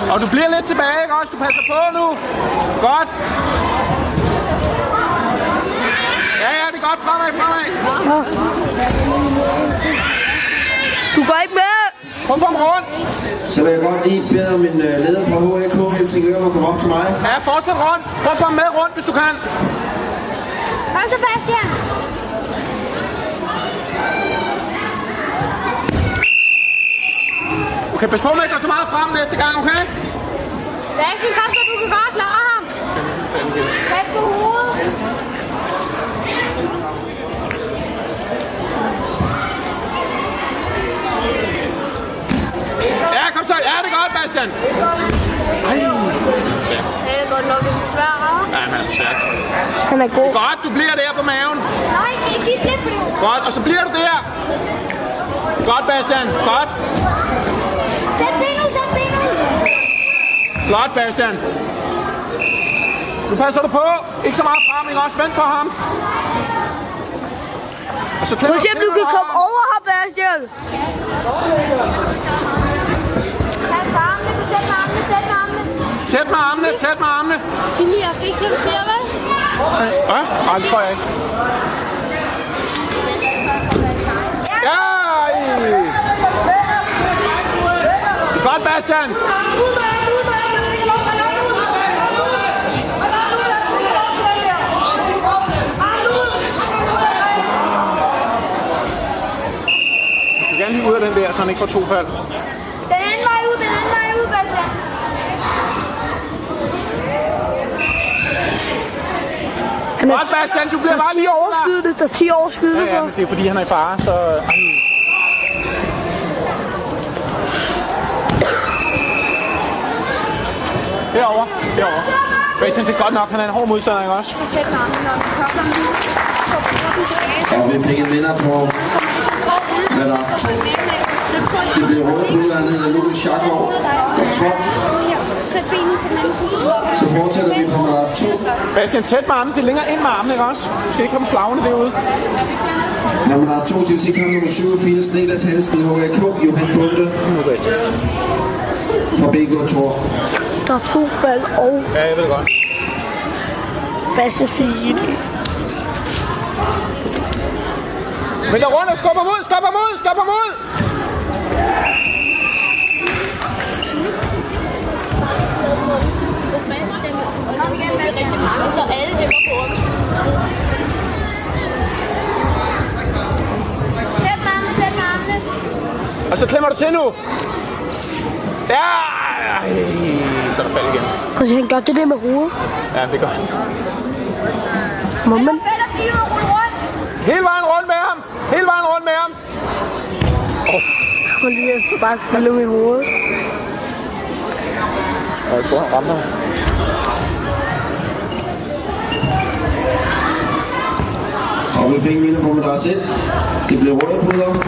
Og du bliver lidt tilbage, ikke også? Du passer på nu. Godt. Ja, det er godt. Fremad. Du går ikke med. Prøv for ham rundt. Så vil jeg godt lige bede om en leder fra HAK Helsingør om at komme op til mig. Ja, fortsæt rundt. Prøv at få ham med rundt, hvis du kan. Kom så, Bastian. Okay, pas på med at gå så meget frem næste gang, okay? Bastian, kom så, du kan godt klare ham. Pas på hovedet. Ja, kom så. Ja, det er godt, Bastian. Ej. Det er godt nok en svær. Ja, han er for stærk. Han er god. Godt, du bliver der på maven. Nej, ikke slip på det. Godt, og så bliver du der. Godt, Bastian. Godt. Sæt benet. Flot, Bastian. Nu passer du på. Ikke så meget frem, ikke også? Vent på ham. Og så Prøv at se, om du kan komme over ham, Bastian. Tæt med armene. Jeg skal ikke kæmpe flere, vel? Ja? Nej, det tror jeg ikke. Ja! Godt, Bastian. Du skal gerne lige ud af den der, så han ikke får 2 fald. Den anden vej ud, Bastian. Godt, Bastian, du bliver bare lige overskydet. Der er 10 overskydet. Ja, men det er fordi, han er i fare, så... Herovre. Bastian, det er godt nok, han er en hård modstander, ikke også? Og vi fik en vinder på madras 2. Det blev røde puder, han hedder Lukas Schakov. Sæt benet på den anden side. Så fortsætter vi på madras 2. Bastian, tæt med armen. Det er længere ind med armen, ikke også? Du skal ikke komme flagende derude. På madras 2 skal vi se kamp nummer 87, Niklas Hansen, HAK, Johan Bunde. Fra BK Tor. Der er 2 fald og... Ja, jeg ved det godt. Bastian Philip. Men der rundt og skubber mod! Så alle dem på ham. Tæt med armene. Og så klemmer du til nu. Ja! Så er der fald igen. Prøv at se, han gør det der med hovedet. Ja, det gør han. Moment. Hele vejen rundt med ham. Prøv lige at bare spille med hovedet. Ja, jeg tror, han rammer. Og vi fik en vinder på madras 1. Det blev røde puder.